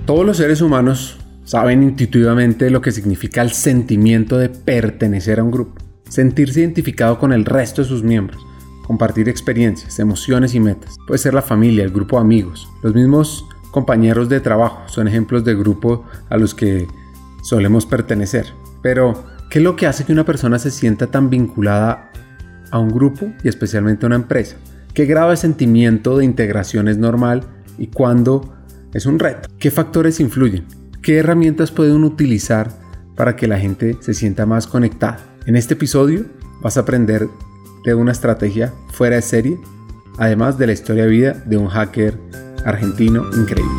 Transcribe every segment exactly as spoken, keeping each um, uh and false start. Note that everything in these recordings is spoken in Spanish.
Todos los seres humanos saben intuitivamente lo que significa el sentimiento de pertenecer a un grupo, sentirse identificado con el resto de sus miembros, compartir experiencias, emociones y metas. Puede ser la familia, el grupo de amigos, los mismos compañeros de trabajo, son ejemplos de grupo a los que solemos pertenecer. Pero, ¿qué es lo que hace que una persona se sienta tan vinculada a un grupo y especialmente a una empresa? ¿Qué grado de sentimiento de integración es normal y cuándo es un reto? ¿Qué factores influyen? ¿Qué herramientas puede uno utilizar para que la gente se sienta más conectada? En este episodio vas a aprender de una estrategia fuera de serie, además de la historia de vida de un hacker argentino increíble.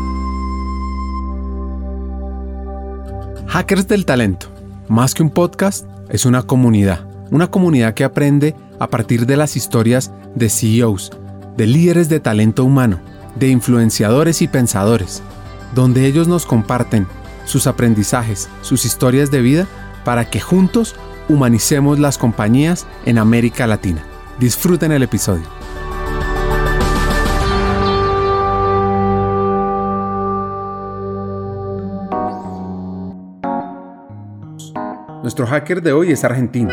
Hackers del Talento, más que un podcast, es una comunidad. Una comunidad que aprende a partir de las historias de C E Os, de líderes de talento humano, de influenciadores y pensadores, donde ellos nos comparten sus aprendizajes, sus historias de vida, para que juntos humanicemos las compañías en América Latina. Disfruten el episodio. Nuestro hacker de hoy es argentino.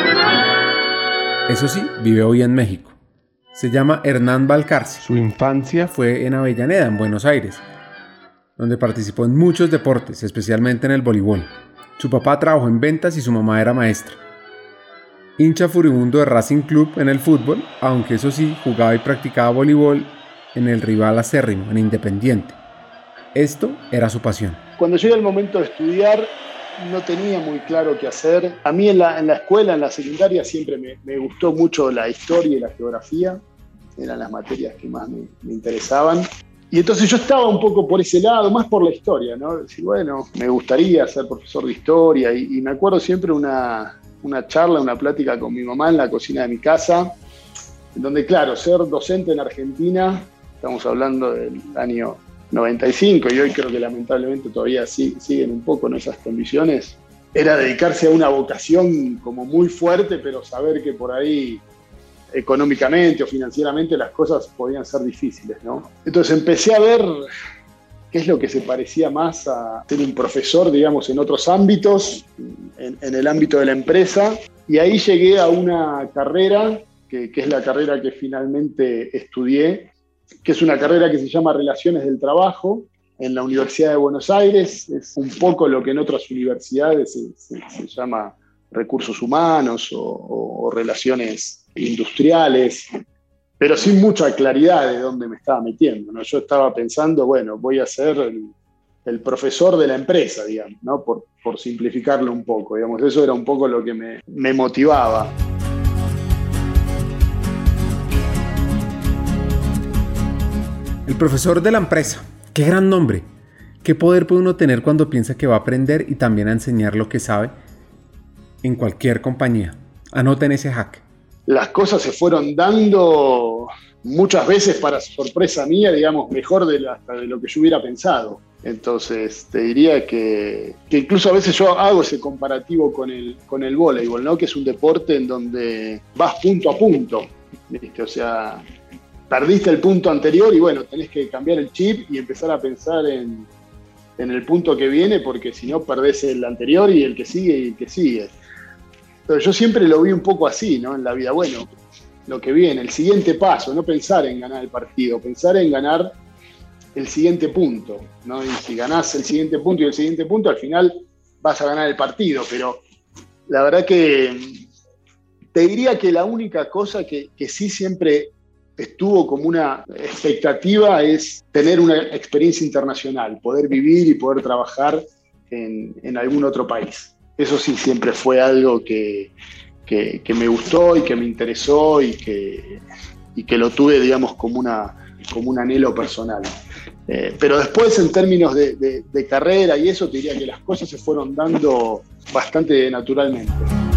Eso sí, vive hoy en México. Se llama Hernán Valcarce. Su infancia fue en Avellaneda, en Buenos Aires, donde participó en muchos deportes, especialmente en el voleibol. Su papá trabajó en ventas y su mamá era maestra. Hincha furibundo de Racing Club en el fútbol, aunque eso sí, jugaba y practicaba voleibol en el rival acérrimo, en Independiente. Esto era su pasión. Cuando llega el momento de estudiar, no tenía muy claro qué hacer. A mí en la, en la escuela, en la secundaria, siempre me, me gustó mucho la historia y la geografía. Eran las materias que más me, me interesaban. Y entonces yo estaba un poco por ese lado, más por la historia, ¿no? Decir, bueno, me gustaría ser profesor de historia. Y, y me acuerdo siempre una, una charla, una plática con mi mamá en la cocina de mi casa, en donde, claro, ser docente en Argentina, estamos hablando del año noventa y cinco, y hoy creo que lamentablemente todavía sí, siguen un poco en esas condiciones, era dedicarse a una vocación como muy fuerte, pero saber que por ahí económicamente o financieramente las cosas podían ser difíciles, ¿no? Entonces empecé a ver qué es lo que se parecía más a ser un profesor, digamos, en otros ámbitos, en, en el ámbito de la empresa, y ahí llegué a una carrera, que, que es la carrera que finalmente estudié, que es una carrera que se llama Relaciones del Trabajo, en la Universidad de Buenos Aires. Es un poco lo que en otras universidades se, se, se llama recursos humanos o, o, o relaciones industriales, pero sin mucha claridad de dónde me estaba metiendo, ¿no? Yo estaba pensando, bueno, voy a ser el, el profesor de la empresa, digamos, ¿no? Por, por simplificarlo un poco, digamos. Eso era un poco lo que me, me motivaba. El profesor de la empresa. ¡Qué gran nombre! ¿Qué poder puede uno tener cuando piensa que va a aprender y también a enseñar lo que sabe en cualquier compañía? Anoten ese hack. Las cosas se fueron dando muchas veces, para sorpresa mía, digamos, mejor de, la, hasta de lo que yo hubiera pensado. Entonces, te diría que, que incluso a veces yo hago ese comparativo con el, con el voleibol, ¿no? Que es un deporte en donde vas punto a punto, ¿viste? O sea, perdiste el punto anterior y bueno, tenés que cambiar el chip y empezar a pensar en, en el punto que viene, porque si no perdés el anterior y el que sigue y el que sigue. Pero yo siempre lo vi un poco así, ¿no? En la vida, bueno, lo que viene, el siguiente paso, no pensar en ganar el partido, pensar en ganar el siguiente punto, ¿no? Y si ganás el siguiente punto y el siguiente punto, al final vas a ganar el partido. Pero la verdad que te diría que la única cosa que, que sí siempre estuvo como una expectativa es tener una experiencia internacional, poder vivir y poder trabajar en, en algún otro país. Eso sí siempre fue algo que, que, que me gustó y que me interesó y que, y que lo tuve, digamos, como, una, como un anhelo personal. Eh, pero después, en términos de, de, de carrera y eso, te diría que las cosas se fueron dando bastante naturalmente.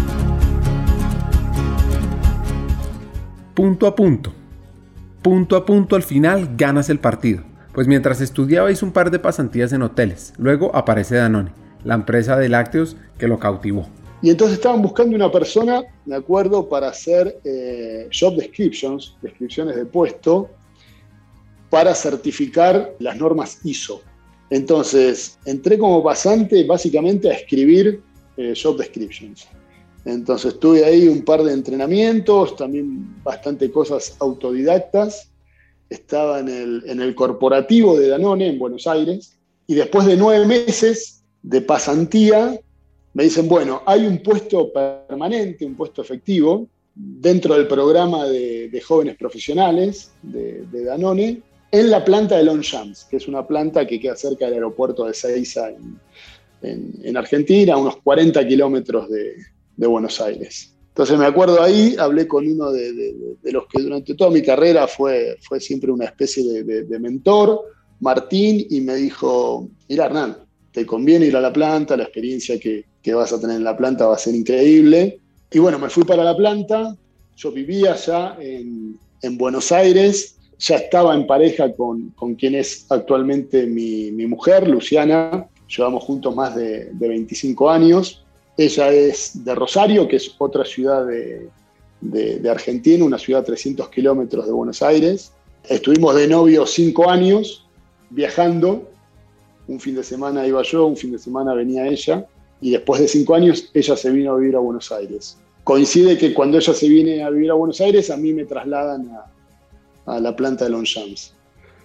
Punto a punto. Punto a punto al final ganas el partido. Pues mientras estudiaba hizo un par de pasantías en hoteles. Luego aparece Danone, la empresa de lácteos que lo cautivó. Y entonces estaban buscando una persona, me acuerdo, para hacer eh, job descriptions, descripciones de puesto, para certificar las normas I S O. Entonces, entré como pasante básicamente a escribir eh, job descriptions. Entonces, tuve ahí un par de entrenamientos, también bastante cosas autodidactas. Estaba en el, en el corporativo de Danone en Buenos Aires, y después de nueve meses de pasantía, me dicen, bueno, hay un puesto permanente, un puesto efectivo, dentro del programa de, de jóvenes profesionales de, de Danone, en la planta de Longchamps, que es una planta que queda cerca del aeropuerto de Ezeiza en, en, en Argentina, a unos cuarenta kilómetros de, de Buenos Aires. Entonces me acuerdo ahí, hablé con uno de, de, de los que durante toda mi carrera fue, fue siempre una especie de, de, de mentor, Martín, y me dijo, mira Hernán, te conviene ir a la planta, la experiencia que, que vas a tener en la planta va a ser increíble. Y bueno, me fui para la planta, yo vivía ya en, en Buenos Aires, ya estaba en pareja con, con quien es actualmente mi, mi mujer, Luciana, llevamos juntos más de, de veinticinco años. Ella es de Rosario, que es otra ciudad de, de, de Argentina, una ciudad a trescientos kilómetros de Buenos Aires. Estuvimos de novios cinco años, viajando. Un fin de semana iba yo, un fin de semana venía ella, y después de cinco años ella se vino a vivir a Buenos Aires. Coincide que cuando ella se viene a vivir a Buenos Aires, a mí me trasladan a, a la planta de Longchamps.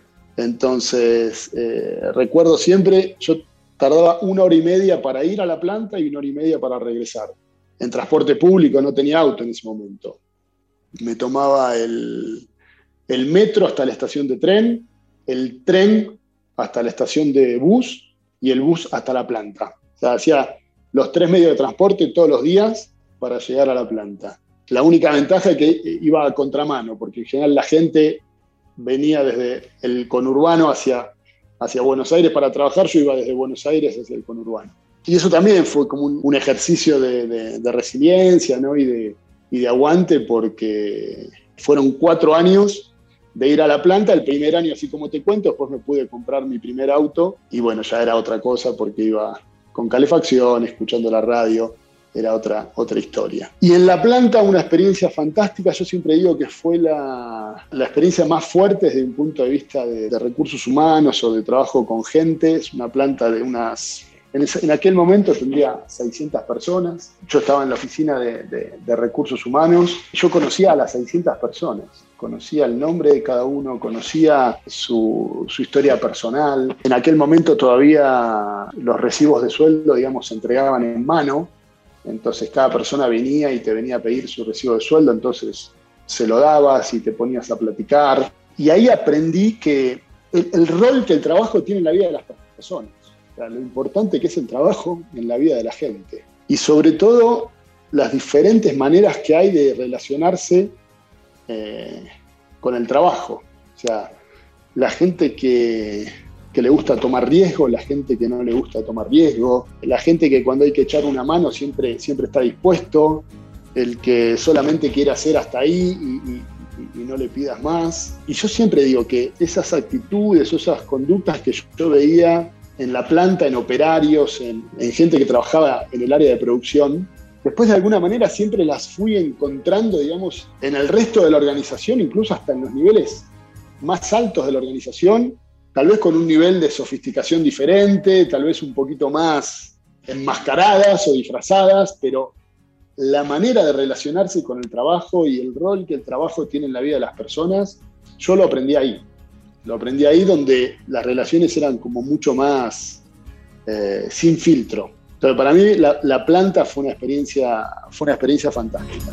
Entonces, eh, recuerdo siempre, yo tardaba una hora y media para ir a la planta y una hora y media para regresar. En transporte público, no tenía auto en ese momento. Me tomaba el, el metro hasta la estación de tren, el tren hasta la estación de bus y el bus hasta la planta. O sea, hacía los tres medios de transporte todos los días para llegar a la planta. La única ventaja es que iba a contramano, porque en general la gente venía desde el conurbano hacia, hacia Buenos Aires para trabajar, yo iba desde Buenos Aires hacia el conurbano. Y eso también fue como un, un ejercicio de, de, de resiliencia, ¿no? y, de, y de aguante, porque fueron cuatro años de ir a la planta. El primer año, así como te cuento, después me pude comprar mi primer auto, y bueno, ya era otra cosa porque iba con calefacción, escuchando la radio, era otra, otra historia. Y en la planta una experiencia fantástica, yo siempre digo que fue la, la experiencia más fuerte desde un punto de vista de, de recursos humanos o de trabajo con gente. Es una planta de unas... En, ese, en aquel momento tendría seiscientas personas, yo estaba en la oficina de, de, de recursos humanos, yo conocía a las seiscientas personas, conocía el nombre de cada uno, conocía su, su historia personal. En aquel momento todavía los recibos de sueldo, digamos, se entregaban en mano. Entonces cada persona venía y te venía a pedir su recibo de sueldo, entonces se lo dabas y te ponías a platicar. Y ahí aprendí que el, el rol que el trabajo tiene en la vida de las personas, o sea, lo importante que es el trabajo en la vida de la gente. Y sobre todo las diferentes maneras que hay de relacionarse eh, con el trabajo. O sea, la gente que... que le gusta tomar riesgo, la gente que no le gusta tomar riesgo, la gente que cuando hay que echar una mano siempre, siempre está dispuesto, el que solamente quiere hacer hasta ahí y, y, y no le pidas más. Y yo siempre digo que esas actitudes, esas conductas que yo, yo veía en la planta, en operarios, en, en gente que trabajaba en el área de producción, después de alguna manera siempre las fui encontrando, digamos, en el resto de la organización, incluso hasta en los niveles más altos de la organización, tal vez con un nivel de sofisticación diferente, tal vez un poquito más enmascaradas o disfrazadas, pero la manera de relacionarse con el trabajo y el rol que el trabajo tiene en la vida de las personas, yo lo aprendí ahí. Lo aprendí ahí donde las relaciones eran como mucho más eh, sin filtro. Entonces, para mí la, la planta fue una experiencia, fue una experiencia fantástica.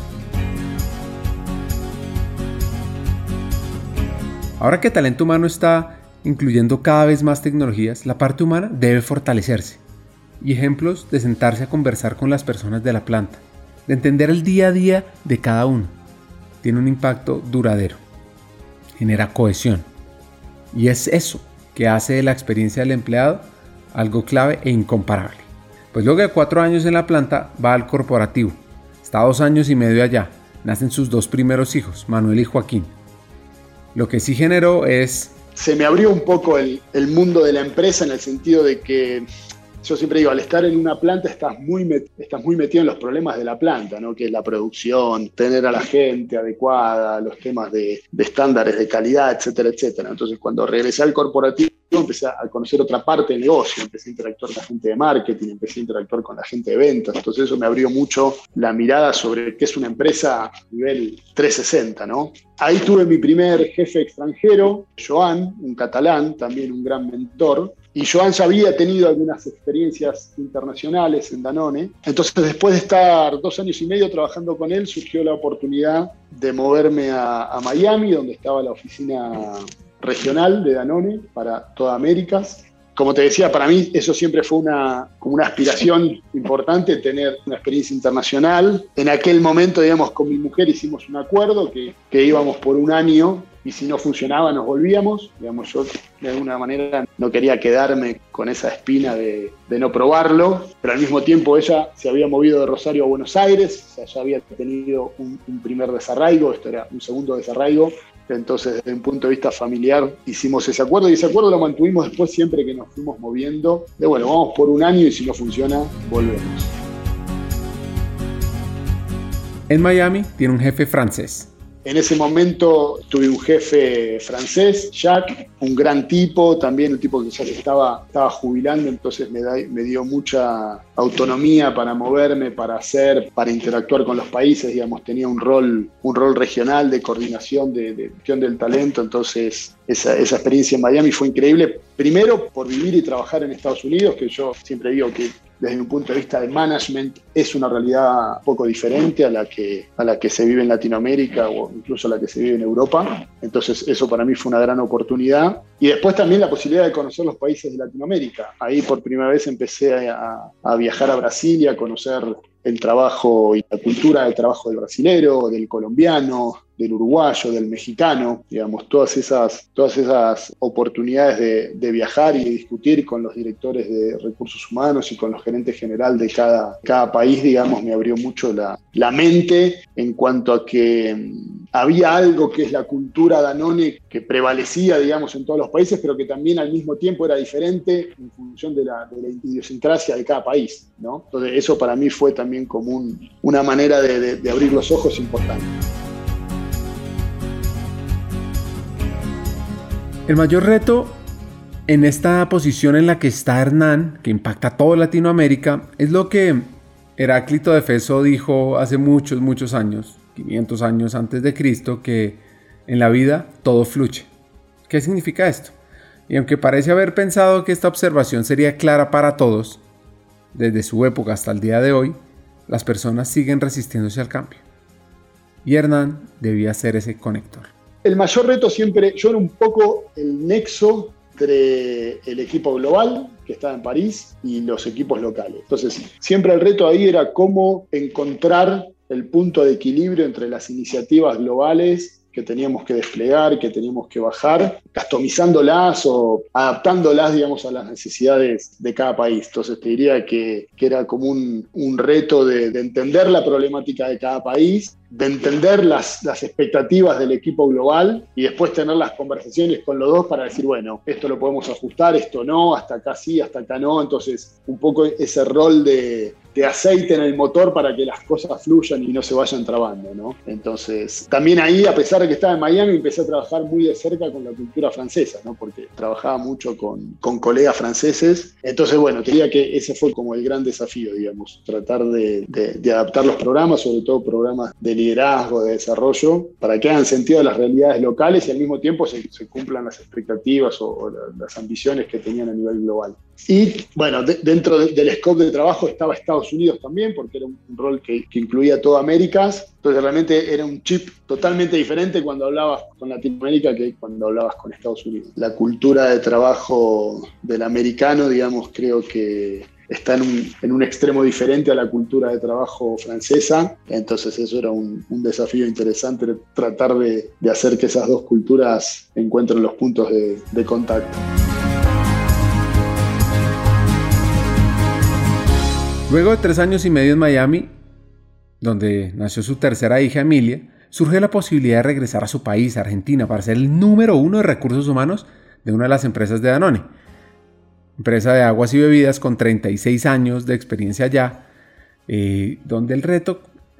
Ahora que talento humano está incluyendo cada vez más tecnologías, la parte humana debe fortalecerse. Y ejemplos de sentarse a conversar con las personas de la planta, de entender el día a día de cada uno, tiene un impacto duradero, genera cohesión. Y es eso que hace de la experiencia del empleado algo clave e incomparable. Pues luego de cuatro años en la planta va al corporativo, está dos años y medio allá, nacen sus dos primeros hijos, Manuel y Joaquín. Lo que sí generó es... Se me abrió un poco el, el mundo de la empresa en el sentido de que yo siempre digo, al estar en una planta estás muy, met- estás muy metido en los problemas de la planta, ¿no? Que es la producción, tener a la gente adecuada, los temas de, de estándares de calidad, etcétera, etcétera. Entonces, cuando regresé al corporativo, empecé a conocer otra parte del negocio, empecé a interactuar con la gente de marketing, empecé a interactuar con la gente de ventas, entonces eso me abrió mucho la mirada sobre qué es una empresa a nivel trescientos sesenta, ¿no? Ahí tuve mi primer jefe extranjero, Joan, un catalán, también un gran mentor, y Joan ya había tenido algunas experiencias internacionales en Danone. Entonces, después de estar dos años y medio trabajando con él, surgió la oportunidad de moverme a, a Miami, donde estaba la oficina regional de Danone para toda América. Como te decía, para mí eso siempre fue una, como una aspiración importante, tener una experiencia internacional. En aquel momento, digamos, con mi mujer hicimos un acuerdo que, que íbamos por un año y si no funcionaba nos volvíamos. Digamos, yo de alguna manera no quería quedarme con esa espina de, de no probarlo, pero al mismo tiempo ella se había movido de Rosario a Buenos Aires, o sea, ya había tenido un, un primer desarraigo, esto era un segundo desarraigo. Entonces, desde un punto de vista familiar, hicimos ese acuerdo y ese acuerdo lo mantuvimos después siempre que nos fuimos moviendo. De bueno, vamos por un año y si no funciona, volvemos. En Miami tiene un jefe francés. En ese momento tuve un jefe francés, Jacques, un gran tipo, también un tipo que ya se estaba, estaba jubilando, entonces me, da, me dio mucha autonomía para moverme, para hacer, para interactuar con los países, digamos, tenía un rol, un rol regional de coordinación, de, de gestión del talento, entonces esa, esa experiencia en Miami fue increíble, primero por vivir y trabajar en Estados Unidos, que yo siempre digo que desde un punto de vista de management es una realidad un poco diferente a la que, a la que se vive en Latinoamérica o incluso a la que se vive en Europa. Entonces eso para mí fue una gran oportunidad. Y después también la posibilidad de conocer los países de Latinoamérica. Ahí por primera vez empecé a, a viajar a Brasil y a conocer el trabajo y la cultura del trabajo del brasilero, del colombiano, del uruguayo, del mexicano, digamos, todas esas, todas esas oportunidades de, de viajar y de discutir con los directores de recursos humanos y con los gerentes general de cada, cada país, digamos, me abrió mucho la, la mente en cuanto a que um, había algo que es la cultura Danone que prevalecía, digamos, en todos los países, pero que también al mismo tiempo era diferente en función de la, de la idiosincrasia de cada país, ¿no? Entonces eso para mí fue también como un, una manera de, de, de abrir los ojos importante. El mayor reto en esta posición en la que está Hernán, que impacta a toda Latinoamérica, es lo que Heráclito de Éfeso dijo hace muchos, muchos años, quinientos años antes de Cristo, que en la vida todo fluye. ¿Qué significa esto? Y aunque parece haber pensado que esta observación sería clara para todos, desde su época hasta el día de hoy, las personas siguen resistiéndose al cambio. Y Hernán debía ser ese conector. El mayor reto siempre, yo era un poco el nexo entre el equipo global, que estaba en París, y los equipos locales. Entonces, siempre el reto ahí era cómo encontrar el punto de equilibrio entre las iniciativas globales que teníamos que desplegar, que teníamos que bajar, customizándolas o adaptándolas, digamos, a las necesidades de cada país. Entonces te diría que, que era como un, un reto de, de entender la problemática de cada país, de entender las, las expectativas del equipo global y después tener las conversaciones con los dos para decir, bueno, esto lo podemos ajustar, esto no, hasta acá sí, hasta acá no. Entonces, un poco ese rol de, de aceite en el motor para que las cosas fluyan y no se vayan trabando, ¿no? Entonces, también ahí, a pesar de que estaba en Miami, empecé a trabajar muy de cerca con la cultura francesa, ¿no? Porque trabajaba mucho con, con colegas franceses. Entonces, bueno, diría que ese fue como el gran desafío, digamos, tratar de, de, de adaptar los programas, sobre todo programas de liderazgo, de desarrollo, para que hagan sentido a las realidades locales y al mismo tiempo se, se cumplan las expectativas o, o las ambiciones que tenían a nivel global. Y bueno, de, dentro de, del scope de trabajo estaba Estados Unidos también, porque era un, un rol que, que incluía toda América. Entonces realmente era un chip totalmente diferente cuando hablabas con Latinoamérica que cuando hablabas con Estados Unidos. La cultura de trabajo del americano, digamos, creo que está en un, en un extremo diferente a la cultura de trabajo francesa, entonces eso era un, un desafío interesante, tratar de, de hacer que esas dos culturas encuentren los puntos de, de contacto. Luego de tres años y medio en Miami, donde nació su tercera hija Emilia, surge la posibilidad de regresar a su país, Argentina, para ser el número uno de recursos humanos de una de las empresas de Danone. empresa de aguas y bebidas con treinta y seis años de experiencia ya, eh, donde el reto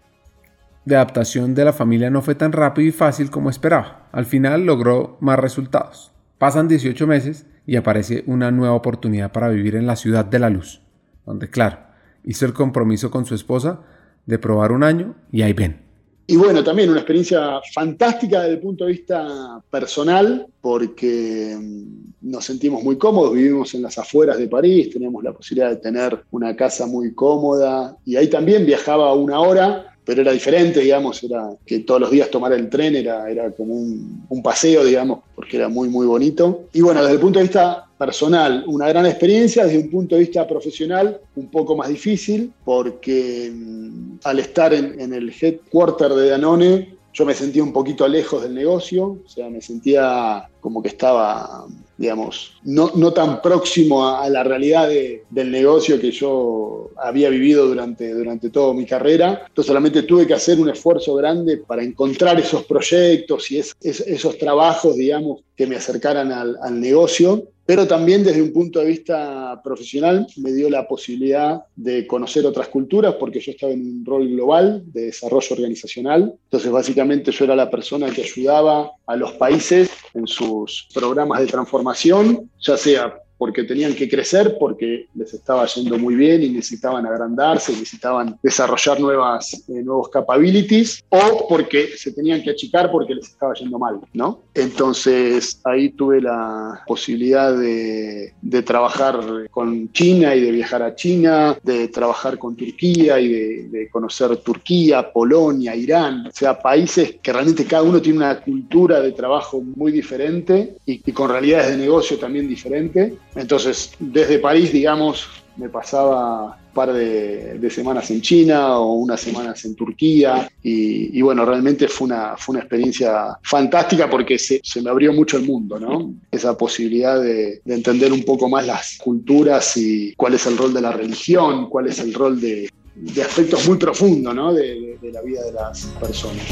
de adaptación de la familia no fue tan rápido y fácil como esperaba. Al final logró más resultados. Pasan dieciocho meses y aparece una nueva oportunidad para vivir en la ciudad de la luz, donde, claro, hizo el compromiso con su esposa de probar un año y ahí ven. Y bueno, también una experiencia fantástica desde el punto de vista personal, porque nos sentimos muy cómodos, vivimos en las afueras de París, teníamos la posibilidad de tener una casa muy cómoda, y ahí también viajaba una hora, pero era diferente, digamos, era que todos los días tomar el tren era, era como un, un paseo, digamos, porque era muy, muy bonito. Y bueno, desde el punto de vista personal, una gran experiencia. Desde un punto de vista profesional, un poco más difícil, porque mmm, al estar en, en el headquarter de Danone, yo me sentía un poquito lejos del negocio, o sea, me sentía como que estaba, digamos, no, no tan próximo a, a la realidad de, del negocio que yo había vivido durante, durante toda mi carrera. Entonces solamente tuve que hacer un esfuerzo grande para encontrar esos proyectos y es, es, esos trabajos, digamos, que me acercaran al, al negocio. Pero también desde un punto de vista profesional me dio la posibilidad de conocer otras culturas, porque yo estaba en un rol global de desarrollo organizacional. Entonces básicamente yo era la persona que ayudaba a los países en sus programas de transformación, ya sea porque tenían que crecer, porque les estaba yendo muy bien y necesitaban agrandarse, necesitaban desarrollar nuevas, eh, nuevos capabilities, o porque se tenían que achicar porque les estaba yendo mal, ¿no? Entonces ahí tuve la posibilidad de, de trabajar con China y de viajar a China, de trabajar con Turquía y de, de conocer Turquía, Polonia, Irán, o sea, países que realmente cada uno tiene una cultura de trabajo muy diferente y, y con realidades de negocio también diferentes. Entonces, desde París, digamos, me pasaba un par de, de semanas en China o unas semanas en Turquía y, y bueno, realmente fue una, fue una experiencia fantástica porque se, se me abrió mucho el mundo, ¿no? Esa posibilidad de, de entender un poco más las culturas y cuál es el rol de la religión, cuál es el rol de, de aspectos muy profundos, ¿no? de, de, de la vida de las personas.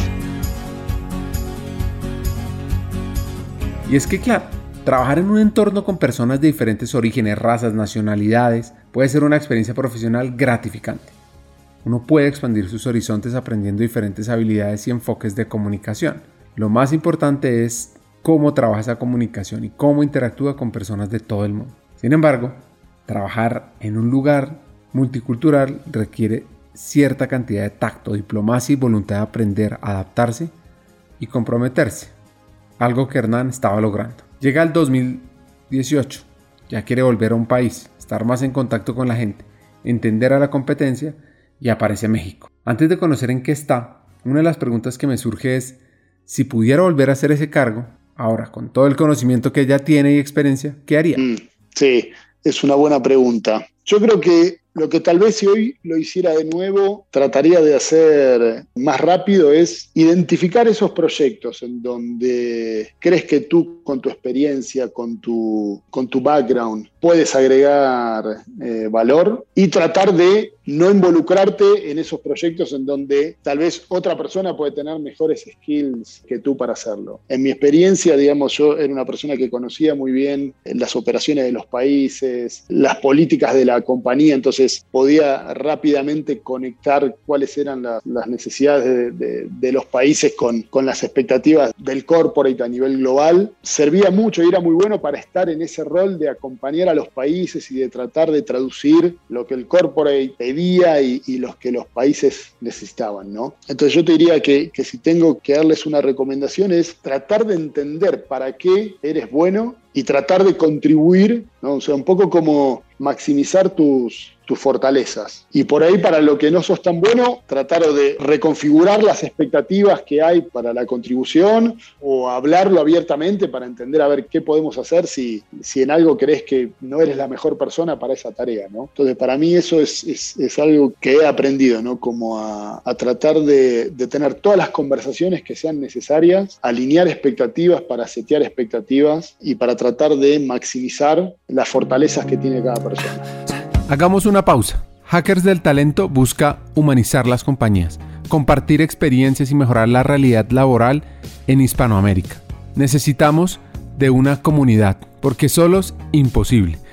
Y es que, claro, trabajar en un entorno con personas de diferentes orígenes, razas, nacionalidades puede ser una experiencia profesional gratificante. Uno puede expandir sus horizontes aprendiendo diferentes habilidades y enfoques de comunicación. Lo más importante es cómo trabaja esa comunicación y cómo interactúa con personas de todo el mundo. Sin embargo, trabajar en un lugar multicultural requiere cierta cantidad de tacto, diplomacia y voluntad de aprender, adaptarse y comprometerse. Algo que Hernán estaba logrando. Llega el dos mil dieciocho, ya quiere volver a un país, estar más en contacto con la gente, entender a la competencia y aparece México. Antes de conocer en qué está, una de las preguntas que me surge es, si pudiera volver a hacer ese cargo, ahora con todo el conocimiento que ella tiene y experiencia, ¿qué haría? Mm, sí, es una buena pregunta. Yo creo que lo que tal vez si hoy lo hiciera de nuevo, trataría de hacer más rápido es identificar esos proyectos en donde crees que tú con tu experiencia, con tu, con tu background, puedes agregar eh, valor y tratar de no involucrarte en esos proyectos en donde tal vez otra persona puede tener mejores skills que tú para hacerlo. En mi experiencia, digamos, yo era una persona que conocía muy bien las operaciones de los países, las políticas de la compañía, entonces podía rápidamente conectar cuáles eran la, las necesidades de, de, de los países con, con las expectativas del corporate a nivel global. Servía mucho y era muy bueno para estar en ese rol de acompañar a los países y de tratar de traducir lo que el corporate pedía y, y los que los países necesitaban, ¿no? Entonces yo te diría que, que si tengo que darles una recomendación es tratar de entender para qué eres bueno y tratar de contribuir, ¿no? O sea, un poco como maximizar tus, tus fortalezas. Y por ahí, para lo que no sos tan bueno, tratar de reconfigurar las expectativas que hay para la contribución o hablarlo abiertamente para entender a ver qué podemos hacer si, si en algo crees que no eres la mejor persona para esa tarea, ¿no? Entonces, para mí eso es, es, es algo que he aprendido, ¿no? Como a, a tratar de, de tener todas las conversaciones que sean necesarias, alinear expectativas para setear expectativas y para tratar de maximizar las fortalezas que tiene cada persona. Hagamos una pausa. Hackers del Talento busca humanizar las compañías, compartir experiencias y mejorar la realidad laboral en Hispanoamérica. Necesitamos de una comunidad, porque solos imposible.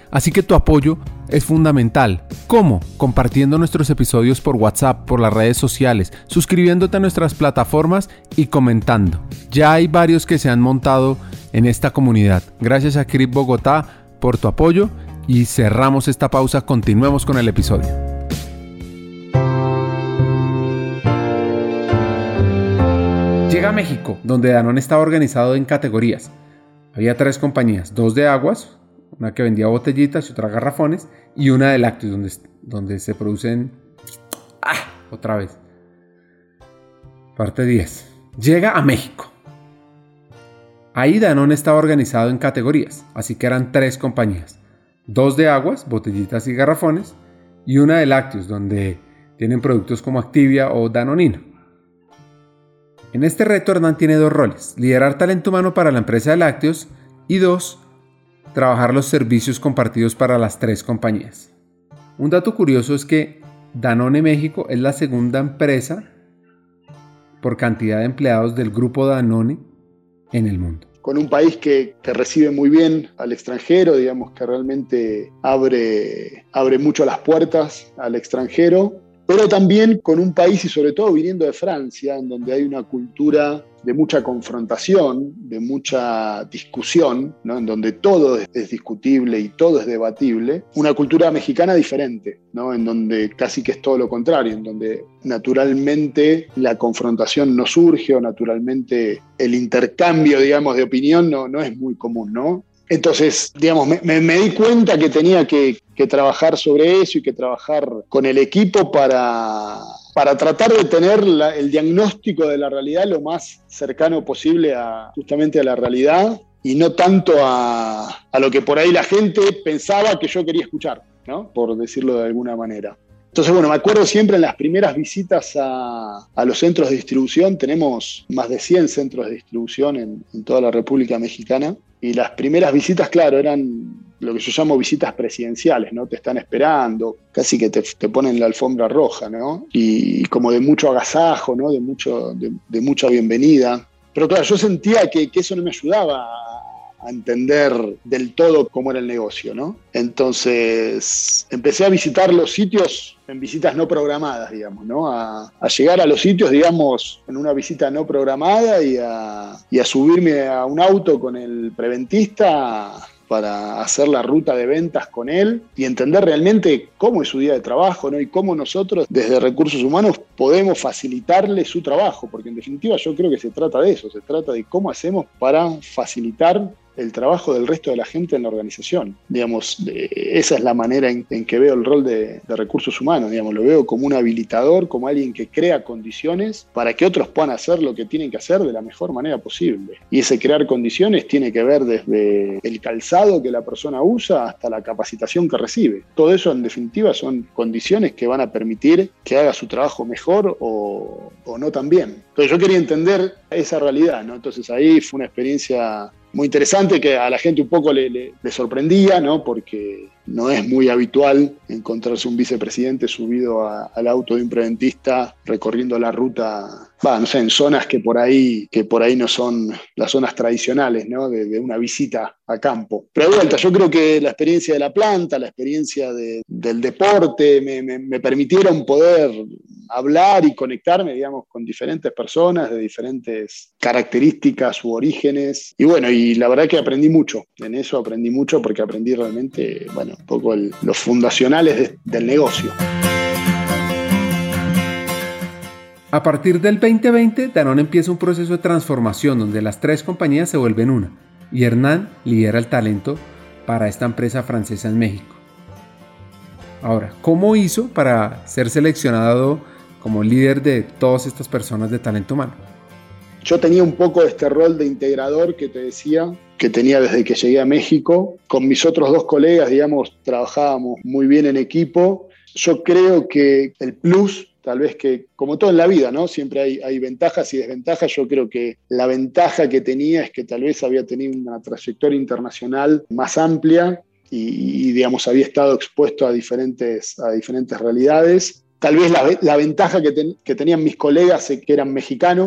Así que tu apoyo es fundamental. ¿Cómo? Compartiendo nuestros episodios por WhatsApp, por las redes sociales, suscribiéndote a nuestras plataformas y comentando. Ya hay varios que se han montado en esta comunidad. Gracias a Crip Bogotá por tu apoyo y cerramos esta pausa. Continuemos con el episodio. Llega a México, donde Danone estaba organizado en categorías. Había tres compañías, dos de aguas, una que vendía botellitas y otra garrafones, y una de lácteos, donde, donde se producen... ¡Ah! Otra vez. Parte diez. Llega a México. Ahí Danone estaba organizado en categorías, así que eran tres compañías. Dos de aguas, botellitas y garrafones, y una de lácteos, donde tienen productos como Activia o Danonino. En este reto Hernán tiene dos roles: liderar talento humano para la empresa de lácteos y dos, trabajar los servicios compartidos para las tres compañías. Un dato curioso es que Danone México es la segunda empresa por cantidad de empleados del grupo Danone en el mundo. Con un país que, que recibe muy bien al extranjero, digamos que realmente abre, abre mucho las puertas al extranjero, pero también con un país, y sobre todo viniendo de Francia, en donde hay una cultura de mucha confrontación, de mucha discusión, ¿no? En donde todo es, es discutible y todo es debatible, una cultura mexicana diferente, ¿no? En donde casi que es todo lo contrario, en donde naturalmente la confrontación no surge o naturalmente el intercambio, digamos, de opinión no, no es muy común, ¿no? Entonces, digamos, me, me, me di cuenta que tenía que, que trabajar sobre eso y que trabajar con el equipo para, para tratar de tener la, el diagnóstico de la realidad lo más cercano posible a, justamente a la realidad y no tanto a, a lo que por ahí la gente pensaba que yo quería escuchar, ¿no? Por decirlo de alguna manera. Entonces, bueno, me acuerdo siempre en las primeras visitas a, a los centros de distribución, tenemos más de cien centros de distribución en, en toda la República Mexicana, y las primeras visitas, claro, eran lo que yo llamo visitas presidenciales, ¿no? Te están esperando, casi que te, te ponen la alfombra roja, ¿no? Y, y como de mucho agasajo, ¿no? De, mucho, de, de mucha bienvenida. Pero claro, yo sentía que, que eso no me ayudaba a, a entender del todo cómo era el negocio, ¿no? Entonces empecé a visitar los sitios en visitas no programadas, digamos, ¿no? A, a llegar a los sitios, digamos, en una visita no programada y a, y a subirme a un auto con el preventista para hacer la ruta de ventas con él y entender realmente cómo es su día de trabajo, ¿no? Y cómo nosotros, desde Recursos Humanos, podemos facilitarle su trabajo, porque en definitiva yo creo que se trata de eso, se trata de cómo hacemos para facilitar el trabajo del resto de la gente en la organización. Digamos, esa es la manera en, en que veo el rol de, de recursos humanos. Digamos, lo veo como un habilitador, como alguien que crea condiciones para que otros puedan hacer lo que tienen que hacer de la mejor manera posible. Y ese crear condiciones tiene que ver desde el calzado que la persona usa hasta la capacitación que recibe. Todo eso, en definitiva, son condiciones que van a permitir que haga su trabajo mejor o, o no tan bien. Entonces yo quería entender esa realidad, ¿no? Entonces ahí fue una experiencia muy interesante que a la gente un poco le, le, le sorprendía, ¿no? Porque no es muy habitual encontrarse un vicepresidente subido a, al auto de un preventista recorriendo la ruta, bah, no sé, en zonas que por ahí, que por ahí no son las zonas tradicionales, ¿no? De, de una visita a campo. Pero de vuelta, yo creo que la experiencia de la planta, la experiencia de, del deporte, me, me, me permitieron poder hablar y conectarme, digamos, con diferentes personas de diferentes características u orígenes. Y bueno, y la verdad que aprendí mucho. En eso aprendí mucho porque aprendí realmente, bueno, un poco el, los fundacionales de, del negocio. A partir del veinte veinte, Danone empieza un proceso de transformación donde las tres compañías se vuelven una y Hernán lidera el talento para esta empresa francesa en México. Ahora, ¿cómo hizo para ser seleccionado como líder de todas estas personas de talento humano? Yo tenía un poco este rol de integrador que te decía, que tenía desde que llegué a México. Con mis otros dos colegas, digamos, trabajábamos muy bien en equipo. Yo creo que el plus, tal vez que, como todo en la vida, ¿no? Siempre hay, hay ventajas y desventajas. Yo creo que la ventaja que tenía es que tal vez había tenido una trayectoria internacional más amplia y, y digamos, había estado expuesto a diferentes, a diferentes realidades. Tal vez la, la ventaja que, ten, que tenían mis colegas, que eran mexicanos,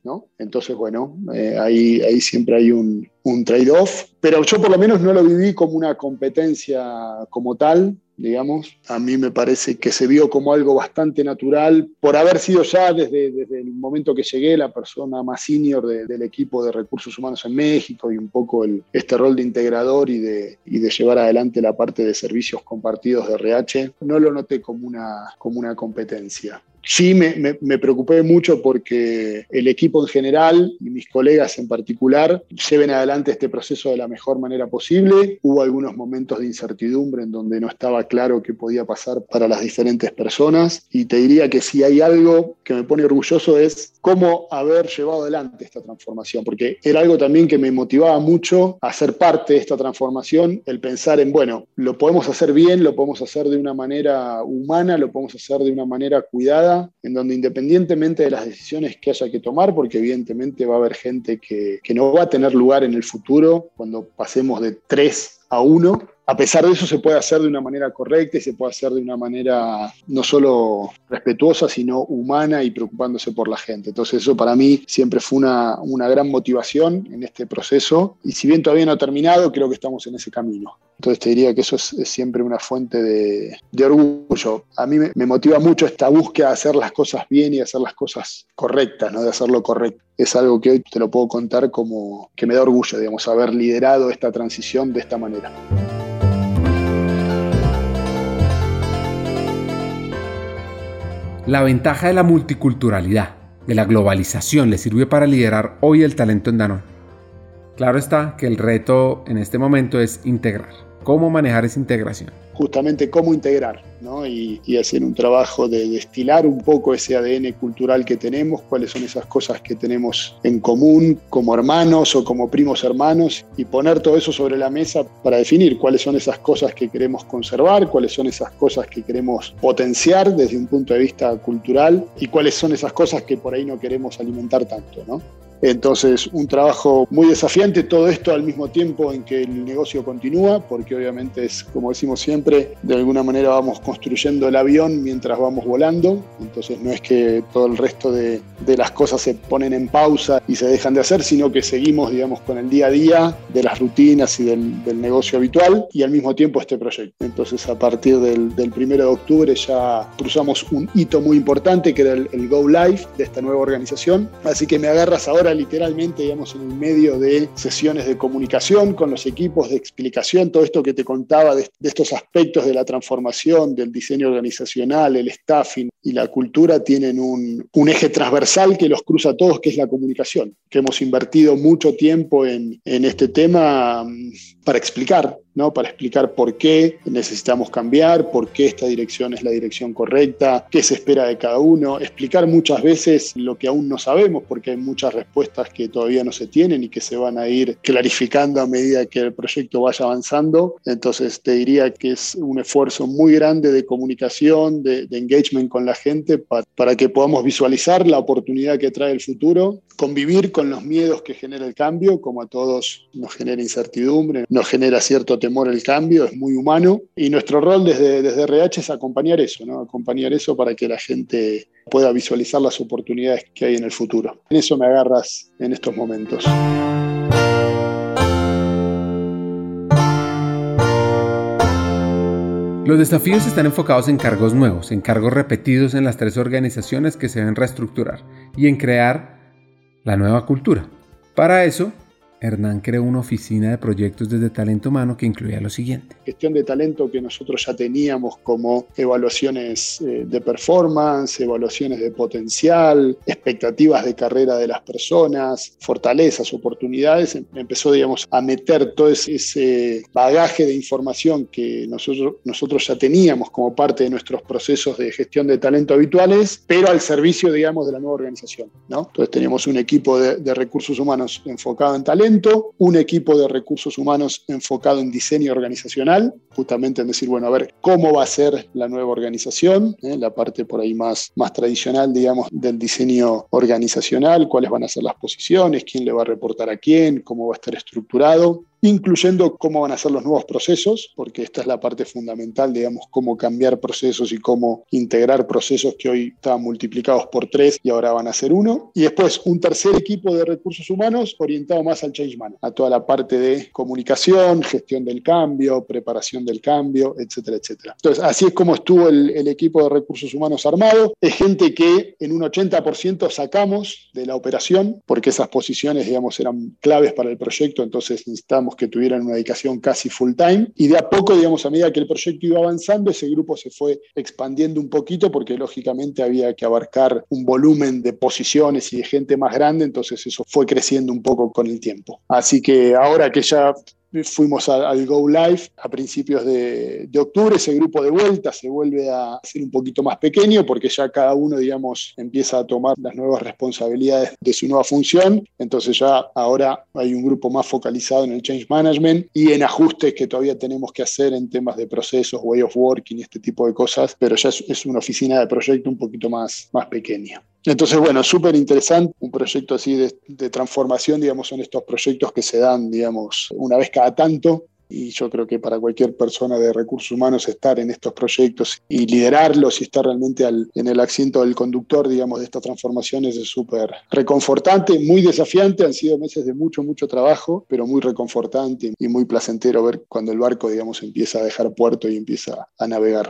¿no? Entonces, bueno, eh, ahí, ahí siempre hay un, un trade-off, pero yo por lo menos no lo viví como una competencia como tal, digamos. A mí me parece que se vio como algo bastante natural por haber sido ya desde, desde el momento que llegué la persona más senior de, del equipo de recursos humanos en México y un poco el, este rol de integrador y de, y de llevar adelante la parte de servicios compartidos de R H. No lo noté como una, como una competencia. Sí, me, me, me preocupé mucho porque el equipo en general y mis colegas en particular lleven adelante este proceso de la mejor manera posible. Hubo algunos momentos de incertidumbre en donde no estaba claro qué podía pasar para las diferentes personas, y te diría que si hay algo que me pone orgulloso es cómo haber llevado adelante esta transformación, porque era algo también que me motivaba mucho a ser parte de esta transformación, el pensar en, bueno, lo podemos hacer bien, lo podemos hacer de una manera humana, lo podemos hacer de una manera cuidada, en donde independientemente de las decisiones que haya que tomar, porque evidentemente va a haber gente que, que no va a tener lugar en el futuro cuando pasemos de tres a uno, a pesar de eso se puede hacer de una manera correcta y se puede hacer de una manera no solo respetuosa, sino humana y preocupándose por la gente. Entonces eso para mí siempre fue una, una gran motivación en este proceso, y si bien todavía no ha terminado, creo que estamos en ese camino. Entonces te diría que eso es, es siempre una fuente de, de orgullo. A mí me, me motiva mucho esta búsqueda de hacer las cosas bien y de hacer las cosas correctas, ¿no? De hacerlo correcto. Es algo que hoy te lo puedo contar como que me da orgullo, digamos, haber liderado esta transición de esta manera. La ventaja de la multiculturalidad, de la globalización, le sirve para liderar hoy el talento en Danone. Claro está que el reto en este momento es integrar. ¿Cómo manejar esa integración? Justamente cómo integrar, ¿no? y, y hacer un trabajo de destilar un poco ese A D N cultural que tenemos, cuáles son esas cosas que tenemos en común como hermanos o como primos hermanos, y poner todo eso sobre la mesa para definir cuáles son esas cosas que queremos conservar, cuáles son esas cosas que queremos potenciar desde un punto de vista cultural y cuáles son esas cosas que por ahí no queremos alimentar tanto, ¿no? Entonces, un trabajo muy desafiante, todo esto al mismo tiempo en que el negocio continúa, porque obviamente es, como decimos siempre, de alguna manera vamos construyendo el avión mientras vamos volando. Entonces no es que todo el resto de, de las cosas se ponen en pausa y se dejan de hacer, sino que seguimos, digamos, con el día a día de las rutinas y del, del negocio habitual, y al mismo tiempo este proyecto. Entonces, a partir del, del primero de octubre ya cruzamos un hito muy importante, que era el, el Go Live de esta nueva organización. Así que me agarras ahora literalmente, digamos, en el medio de sesiones de comunicación con los equipos, de explicación, todo esto que te contaba de, de estos aspectos de la transformación, del diseño organizacional, el staffing y la cultura tienen un, un eje transversal que los cruza a todos, que es la comunicación, que hemos invertido mucho tiempo en, en este tema para explicar, ¿no? Para explicar por qué necesitamos cambiar, por qué esta dirección es la dirección correcta, qué se espera de cada uno, explicar muchas veces lo que aún no sabemos, porque hay muchas respuestas que todavía no se tienen y que se van a ir clarificando a medida que el proyecto vaya avanzando. Entonces te diría que es un esfuerzo muy grande de comunicación, de, de engagement con la gente, para, para que podamos visualizar la oportunidad que trae el futuro, convivir con los miedos que genera el cambio, como a todos nos genera incertidumbre, nos genera cierto temor el cambio, es muy humano, y nuestro rol desde, desde R H es acompañar eso, ¿no? Acompañar eso para que la gente pueda visualizar las oportunidades que hay en el futuro. En eso me agarras en estos momentos. Los desafíos están enfocados en cargos nuevos, en cargos repetidos en las tres organizaciones que se deben reestructurar y en crear la nueva cultura. Para eso, Hernán creó una oficina de proyectos desde talento humano que incluía lo siguiente. Gestión de talento que nosotros ya teníamos, como evaluaciones eh, de performance, evaluaciones de potencial, expectativas de carrera de las personas, fortalezas, oportunidades. Empezó, digamos, a meter todo ese, ese bagaje de información que nosotros, nosotros ya teníamos como parte de nuestros procesos de gestión de talento habituales, pero al servicio, digamos, de la nueva organización, ¿no? Entonces teníamos un equipo de, de recursos humanos enfocado en talento, un equipo de recursos humanos enfocado en diseño organizacional, justamente en decir, bueno, a ver cómo va a ser la nueva organización, ¿eh? La parte por ahí más, más tradicional, digamos, del diseño organizacional, cuáles van a ser las posiciones, quién le va a reportar a quién, cómo va a estar estructurado. incluyendo cómo van a ser los nuevos procesos, porque esta es la parte fundamental, digamos, cómo cambiar procesos y cómo integrar procesos que hoy estaban multiplicados por tres y ahora van a ser uno. Y después un tercer equipo de recursos humanos orientado más al change management, a toda la parte de comunicación, gestión del cambio, preparación del cambio, etcétera, etcétera. Entonces, así es como estuvo el, el equipo de recursos humanos armado. Es gente que en un ochenta por ciento sacamos de la operación, porque esas posiciones, digamos, eran claves para el proyecto, entonces necesitamos que tuvieran una dedicación casi full time. Y de a poco, digamos, a medida que el proyecto iba avanzando, ese grupo se fue expandiendo un poquito, porque lógicamente había que abarcar un volumen de posiciones y de gente más grande, entonces eso fue creciendo un poco con el tiempo. Así que ahora que ya fuimos al, al Go Live a principios de, de octubre, ese grupo de vuelta se vuelve a ser un poquito más pequeño porque ya cada uno, digamos, empieza a tomar las nuevas responsabilidades de su nueva función. Entonces ya ahora hay un grupo más focalizado en el change management y en ajustes que todavía tenemos que hacer en temas de procesos, way of working y este tipo de cosas, pero ya es, es una oficina de proyecto un poquito más, más pequeña. Entonces, bueno, súper interesante, un proyecto así de, de transformación, digamos, son estos proyectos que se dan, digamos, una vez cada tanto, y yo creo que para cualquier persona de recursos humanos estar en estos proyectos y liderarlos y estar realmente al, en el asiento del conductor, digamos, de estas transformaciones es súper reconfortante, muy desafiante, han sido meses de mucho, mucho trabajo, pero muy reconfortante y muy placentero ver cuando el barco, digamos, empieza a dejar puerto y empieza a navegar.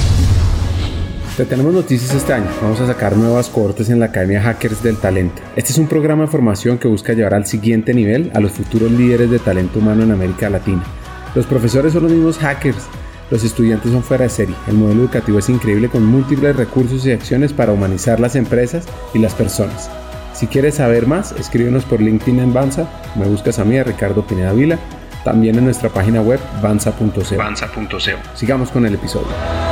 Te tenemos noticias este año. Vamos a sacar nuevas cohortes en la Academia Hackers del Talento. Este es un programa de formación que busca llevar al siguiente nivel a los futuros líderes de talento humano en América Latina. Los profesores son los mismos hackers. Los estudiantes son fuera de serie. El modelo educativo es increíble con múltiples recursos y acciones para humanizar las empresas y las personas. Si quieres saber más, escríbenos por LinkedIn en Banza. Me buscas a mí, a Ricardo Pineda Vila. También en nuestra página web banza punto co. banza punto co. Sigamos con el episodio.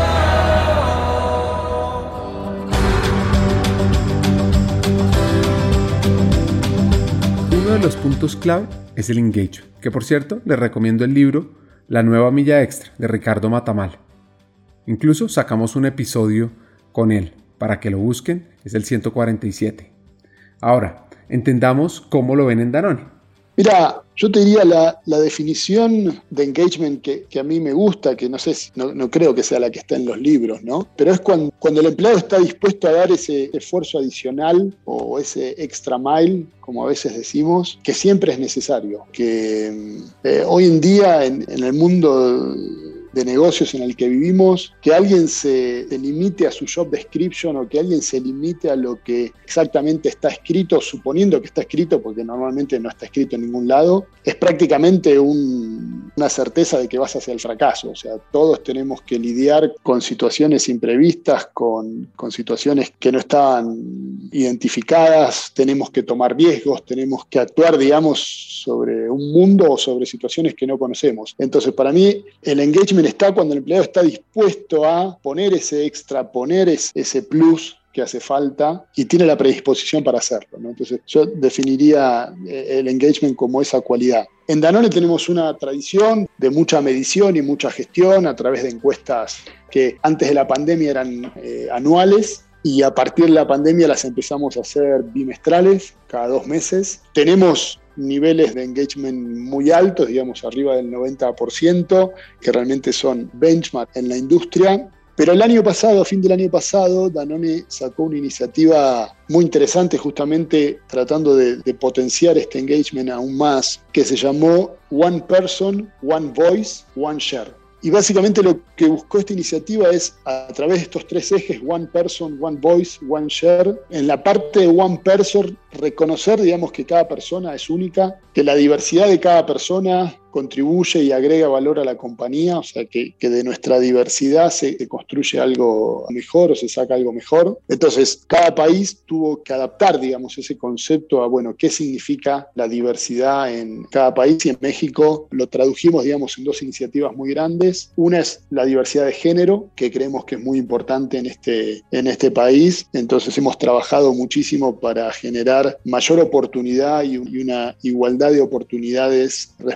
Uno de los puntos clave es el engagement, que por cierto les recomiendo el libro La Nueva Milla Extra de Ricardo Matamala. Incluso sacamos un episodio con él para que lo busquen, es el ciento cuarenta y siete. Ahora, entendamos cómo lo ven en Danone. Mira, yo te diría la, la definición de engagement que, que a mí me gusta, que no sé, si, no, no creo que sea la que está en los libros, ¿no? Pero es cuando, cuando el empleado está dispuesto a dar ese esfuerzo adicional o ese extra mile, como a veces decimos, que siempre es necesario. Que eh, hoy en día en, en el mundo de negocios en el que vivimos, que alguien se, se limite a su job description o que alguien se limite a lo que exactamente está escrito, suponiendo que está escrito, porque normalmente no está escrito en ningún lado, es prácticamente un, una certeza de que vas hacia el fracaso. O sea, todos tenemos que lidiar con situaciones imprevistas, con, con situaciones que no estaban identificadas, tenemos que tomar riesgos, tenemos que actuar, digamos, sobre un mundo o sobre situaciones que no conocemos. Entonces, para mí, el engagement está cuando el empleado está dispuesto a poner ese extra, poner ese plus que hace falta y tiene la predisposición para hacerlo, ¿no? Entonces yo definiría el engagement como esa cualidad. En Danone tenemos una tradición de mucha medición y mucha gestión a través de encuestas que antes de la pandemia eran eh, anuales y a partir de la pandemia las empezamos a hacer bimestrales, cada dos meses. Tenemos niveles de engagement muy altos, digamos arriba del noventa por ciento, que realmente son benchmark en la industria. Pero el año pasado, a fin del año pasado, Danone sacó una iniciativa muy interesante justamente tratando de, de potenciar este engagement aún más, que se llamó One Person, One Voice, One Share. Y básicamente lo que buscó esta iniciativa es, a través de estos tres ejes, One Person, One Voice, One Share, en la parte de One Person, reconocer, digamos, que cada persona es única, que la diversidad de cada persona contribuye y agrega valor a la compañía, o sea, que, que de nuestra diversidad se, se construye algo mejor o se saca algo mejor. Entonces, cada país tuvo que adaptar, digamos, ese concepto a, bueno, qué significa la diversidad en cada país, y en México lo tradujimos, digamos, en dos iniciativas muy grandes. Una es la diversidad de género, que creemos que es muy importante en este, en este país. Entonces, hemos trabajado muchísimo para generar mayor oportunidad y, y una igualdad de oportunidades respecto a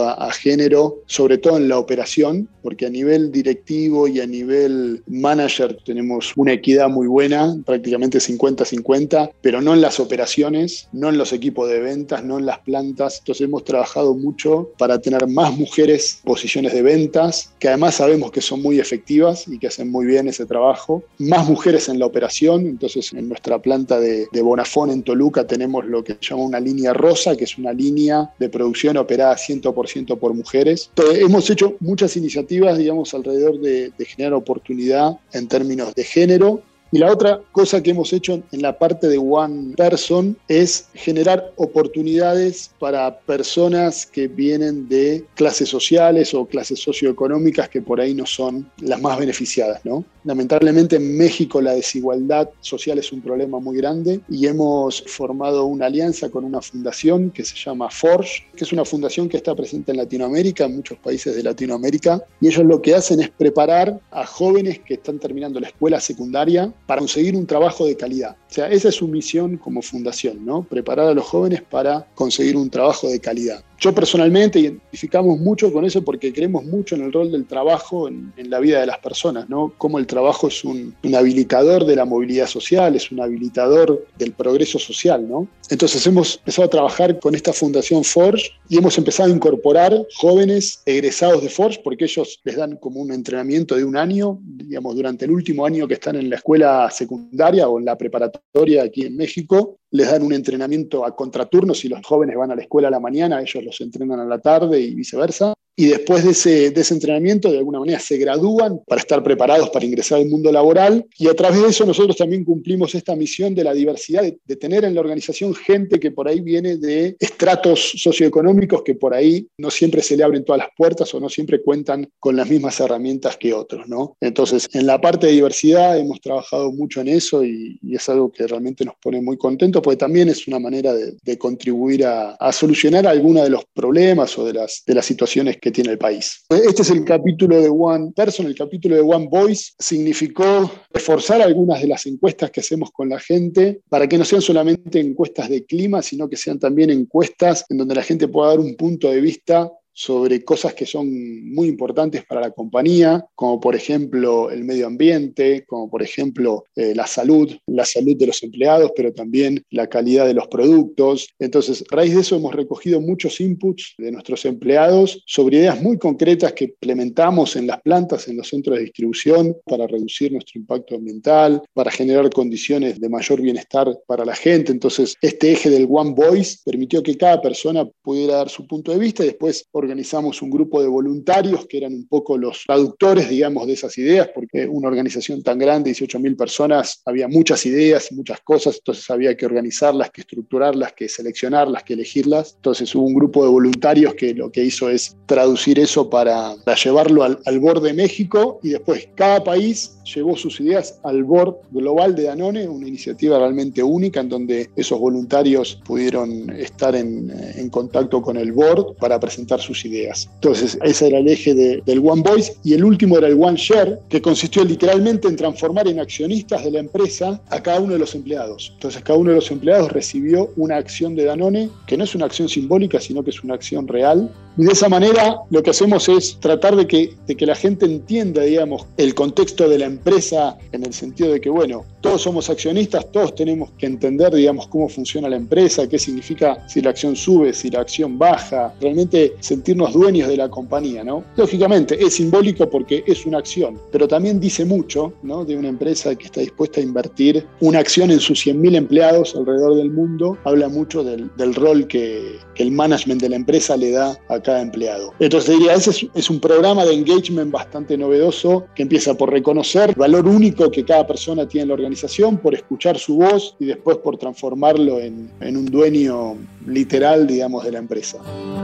a, a género, sobre todo en la operación, porque a nivel directivo y a nivel manager tenemos una equidad muy buena, prácticamente cincuenta cincuenta, pero no en las operaciones, no en los equipos de ventas, no en las plantas. Entonces hemos trabajado mucho para tener más mujeres en posiciones de ventas, que además sabemos que son muy efectivas y que hacen muy bien ese trabajo. Más mujeres en la operación, entonces en nuestra planta de, de Bonafón en Toluca tenemos lo que se llama una línea rosa, que es una línea de producción operada cien por ciento por mujeres. Entonces, hemos hecho muchas iniciativas, digamos, alrededor de, de generar oportunidad en términos de género. Y la otra cosa que hemos hecho en la parte de One Person es generar oportunidades para personas que vienen de clases sociales o clases socioeconómicas que por ahí no son las más beneficiadas, ¿no? Lamentablemente en México la desigualdad social es un problema muy grande y hemos formado una alianza con una fundación que se llama Forge, que es una fundación que está presente en Latinoamérica, en muchos países de Latinoamérica, y ellos lo que hacen es preparar a jóvenes que están terminando la escuela secundaria para conseguir un trabajo de calidad. O sea, esa es su misión como fundación, ¿no? Preparar a los jóvenes para conseguir un trabajo de calidad. Yo personalmente identificamos mucho con eso porque creemos mucho en el rol del trabajo en, en la vida de las personas, ¿no? Cómo el trabajo es un, un habilitador de la movilidad social, es un habilitador del progreso social, ¿no? Entonces hemos empezado a trabajar con esta fundación Forge y hemos empezado a incorporar jóvenes egresados de Forge porque ellos les dan como un entrenamiento de un año, digamos, durante el último año que están en la escuela secundaria o en la preparatoria aquí en México, les dan un entrenamiento a contraturno. Si los jóvenes van a la escuela a la mañana, ellos los entrenan a la tarde y viceversa. Y después de ese, de ese entrenamiento, de alguna manera se gradúan para estar preparados para ingresar al mundo laboral. Y a través de eso nosotros también cumplimos esta misión de la diversidad, de, de tener en la organización gente que por ahí viene de estratos socioeconómicos que por ahí no siempre se le abren todas las puertas o no siempre cuentan con las mismas herramientas que otros, ¿no? Entonces, en la parte de diversidad hemos trabajado mucho en eso y, y es algo que realmente nos pone muy contentos porque también es una manera de, de contribuir a, a solucionar algunos de los problemas o de las, de las situaciones que que tiene el país. Este es el capítulo de One Person. El capítulo de One Voice significó reforzar algunas de las encuestas que hacemos con la gente para que no sean solamente encuestas de clima, sino que sean también encuestas en donde la gente pueda dar un punto de vista sobre cosas que son muy importantes para la compañía, como por ejemplo el medio ambiente, como por ejemplo eh, la salud, la salud de los empleados, pero también la calidad de los productos. Entonces, a raíz de eso hemos recogido muchos inputs de nuestros empleados sobre ideas muy concretas que implementamos en las plantas, en los centros de distribución, para reducir nuestro impacto ambiental, para generar condiciones de mayor bienestar para la gente. Entonces, este eje del One Voice permitió que cada persona pudiera dar su punto de vista y después organizamos un grupo de voluntarios que eran un poco los traductores, digamos, de esas ideas, porque una organización tan grande, dieciocho mil personas, había muchas ideas y muchas cosas, entonces había que organizarlas, que estructurarlas, que seleccionarlas, que elegirlas. Entonces hubo un grupo de voluntarios que lo que hizo es traducir eso para, para llevarlo al, al board de México y después cada país llevó sus ideas al board global de Danone, una iniciativa realmente única en donde esos voluntarios pudieron estar en, en contacto con el board para presentar sus ideas. Entonces, ese era el eje de, del One Voice y el último era el One Share, que consistió literalmente en transformar en accionistas de la empresa a cada uno de los empleados. Entonces, cada uno de los empleados recibió una acción de Danone, que no es una acción simbólica, sino que es una acción real. Y de esa manera, lo que hacemos es tratar de que, de que la gente entienda, digamos, el contexto de la empresa en el sentido de que, bueno, todos somos accionistas, todos tenemos que entender, digamos, cómo funciona la empresa, qué significa si la acción sube, si la acción baja, realmente sentirnos dueños de la compañía, ¿no? Lógicamente, es simbólico porque es una acción, pero también dice mucho, ¿no?, de una empresa que está dispuesta a invertir una acción en sus cien mil empleados alrededor del mundo. Habla mucho del, del rol que, que el management de la empresa le da a cada empleado. Entonces diría, ese es, es un programa de engagement bastante novedoso que empieza por reconocer el valor único que cada persona tiene en la organización, por escuchar su voz y después por transformarlo en, en un dueño literal, digamos, de la empresa.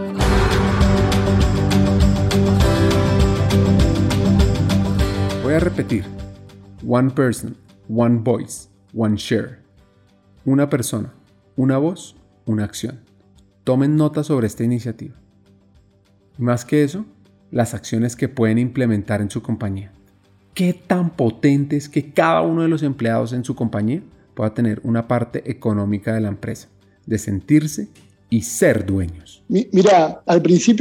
Voy a repetir. One person, one voice, one share. Una persona, una voz, una acción. Tomen nota sobre esta iniciativa. Y más que eso, las acciones que pueden implementar en su compañía. ¿Qué tan potente es que cada uno de los empleados en su compañía pueda tener una parte económica de la empresa, de sentirse y ser dueños? Mira, al principio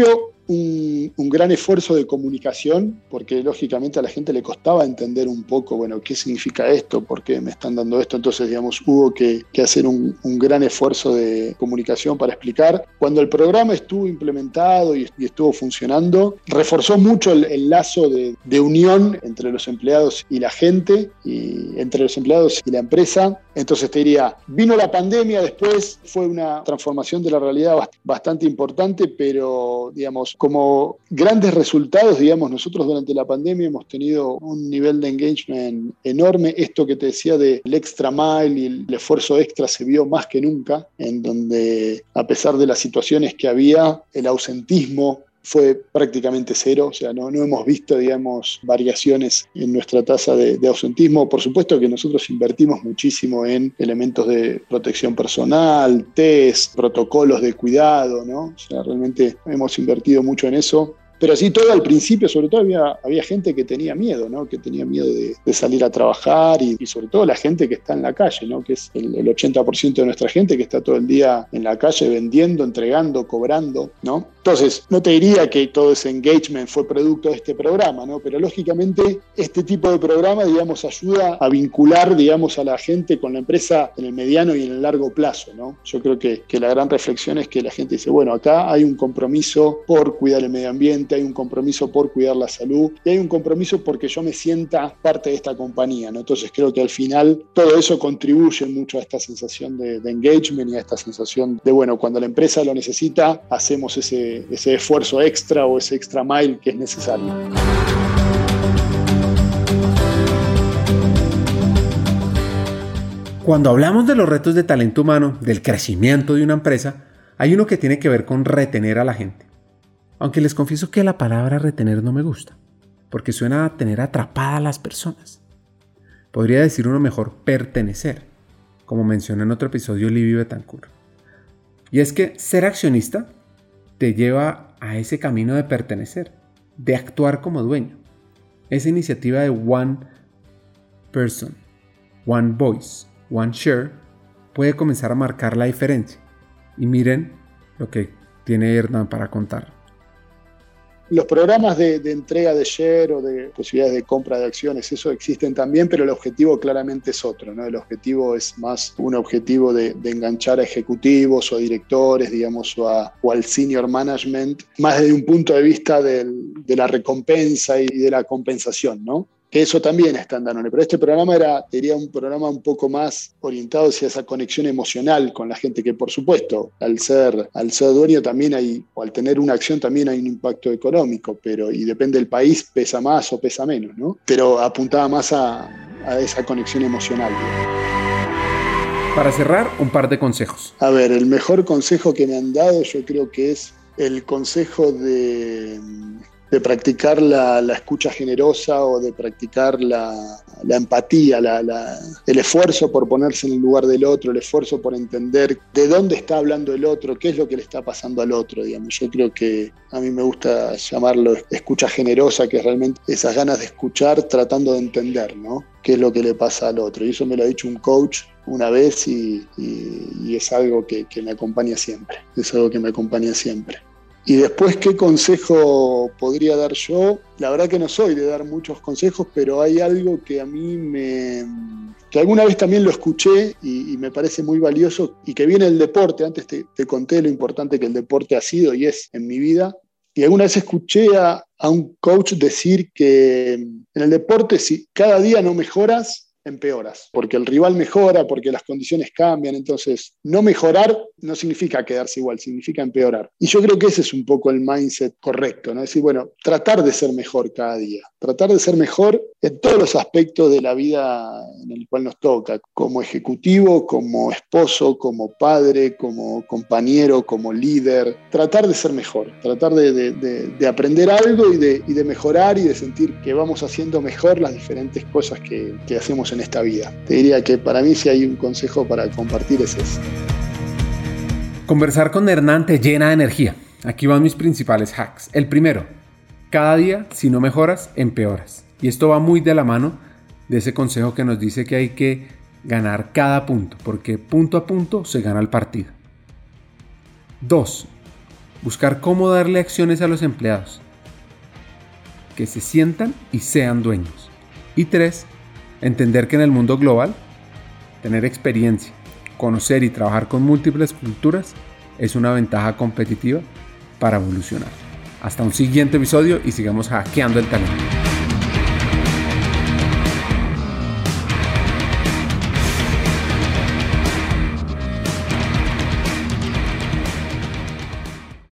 un, un gran esfuerzo de comunicación, porque lógicamente a la gente le costaba entender un poco, bueno, qué significa esto, por qué me están dando esto. Entonces, digamos, hubo que, que hacer un, un gran esfuerzo de comunicación para explicar. Cuando el programa estuvo implementado y, y estuvo funcionando, reforzó mucho el, el lazo de, de unión entre los empleados y la gente, y entre los empleados y la empresa. Entonces te diría, vino la pandemia, después fue una transformación de la realidad bastante importante, pero digamos, como grandes resultados, digamos, nosotros durante la pandemia hemos tenido un nivel de engagement enorme. Esto que te decía del extra mile y el esfuerzo extra se vio más que nunca, en donde a pesar de las situaciones que había, el ausentismo fue prácticamente cero, o sea, no, no hemos visto, digamos, variaciones en nuestra tasa de, de ausentismo. Por supuesto que nosotros invertimos muchísimo en elementos de protección personal, test, protocolos de cuidado, ¿no? O sea, realmente hemos invertido mucho en eso. Pero así todo al principio, sobre todo había, había gente que tenía miedo, ¿no? Que tenía miedo de, de salir a trabajar y, y sobre todo la gente que está en la calle, ¿no? Que es el, el ochenta por ciento de nuestra gente que está todo el día en la calle vendiendo, entregando, cobrando, ¿no? Entonces, no te diría que todo ese engagement fue producto de este programa, ¿no? Pero lógicamente este tipo de programa, digamos, ayuda a vincular, digamos, a la gente con la empresa en el mediano y en el largo plazo, ¿no? Yo creo que, que la gran reflexión es que la gente dice, bueno, acá hay un compromiso por cuidar el medio ambiente, hay un compromiso por cuidar la salud y hay un compromiso porque yo me sienta parte de esta compañía, ¿no? Entonces creo que al final todo eso contribuye mucho a esta sensación de, de engagement y a esta sensación de, bueno, cuando la empresa lo necesita, hacemos ese, ese esfuerzo extra o ese extra mile que es necesario. Cuando hablamos de los retos de talento humano, del crecimiento de una empresa, hay uno que tiene que ver con retener a la gente. Aunque les confieso que la palabra retener no me gusta, porque suena a tener atrapada a las personas. Podría decir uno mejor pertenecer, como mencioné en otro episodio Livy Betancourt. Y es que ser accionista te lleva a ese camino de pertenecer, de actuar como dueño. Esa iniciativa de One Person, One Voice, One Share puede comenzar a marcar la diferencia. Y miren lo que tiene Hernán para contar. Los programas de, de entrega de share o de posibilidades de compra de acciones, eso existen también, pero el objetivo claramente es otro, ¿no? El objetivo es más un objetivo de, de enganchar a ejecutivos o directores, digamos, o, a, o al senior management, más desde un punto de vista del, de la recompensa y de la compensación, ¿no? Que eso también está en Danone, pero este programa era, diría, un programa un poco más orientado hacia esa conexión emocional con la gente, que por supuesto, al ser, al ser dueño también hay, o al tener una acción también hay un impacto económico, pero y depende del país, pesa más o pesa menos, ¿no? Pero apuntaba más a, a esa conexión emocional, ¿no? Para cerrar, un par de consejos. A ver, el mejor consejo que me han dado yo creo que es el consejo de... de practicar la, la escucha generosa o de practicar la, la empatía, la, la, el esfuerzo por ponerse en el lugar del otro, el esfuerzo por entender de dónde está hablando el otro, qué es lo que le está pasando al otro, digamos. Yo creo que a mí me gusta llamarlo escucha generosa, que es realmente esas ganas de escuchar tratando de entender, ¿no? Qué es lo que le pasa al otro. Y eso me lo ha dicho un coach una vez y, y, y es algo que, que me acompaña siempre, es algo que me acompaña siempre. Y después, ¿qué consejo podría dar yo? La verdad que no soy de dar muchos consejos, pero hay algo que a mí me... que alguna vez también lo escuché y, y me parece muy valioso y que viene del deporte. Antes te, te conté lo importante que el deporte ha sido y es en mi vida. Y alguna vez escuché a, a un coach decir que en el deporte, si cada día no mejoras, empeoras, porque el rival mejora, porque las condiciones cambian. Entonces no mejorar no significa quedarse igual, significa empeorar. Y yo creo que ese es un poco el mindset correcto, ¿no? Es decir, bueno, tratar de ser mejor cada día, tratar de ser mejor en todos los aspectos de la vida en el cual nos toca, como ejecutivo, como esposo, como padre, como compañero, como líder, tratar de ser mejor, tratar de, de, de, de aprender algo y de, y de mejorar y de sentir que vamos haciendo mejor las diferentes cosas que, que hacemos en esta vida. Te diría que para mí si hay un consejo para compartir es ese. Conversar con Hernán te llena de energía. Aquí van mis principales hacks. El primero, cada día si no mejoras, empeoras. Y esto va muy de la mano de ese consejo que nos dice que hay que ganar cada punto, porque punto a punto se gana el partido. Dos, buscar cómo darle acciones a los empleados, que se sientan y sean dueños. Y tres, entender que en el mundo global, tener experiencia, conocer y trabajar con múltiples culturas es una ventaja competitiva para evolucionar. Hasta un siguiente episodio y sigamos hackeando el talento.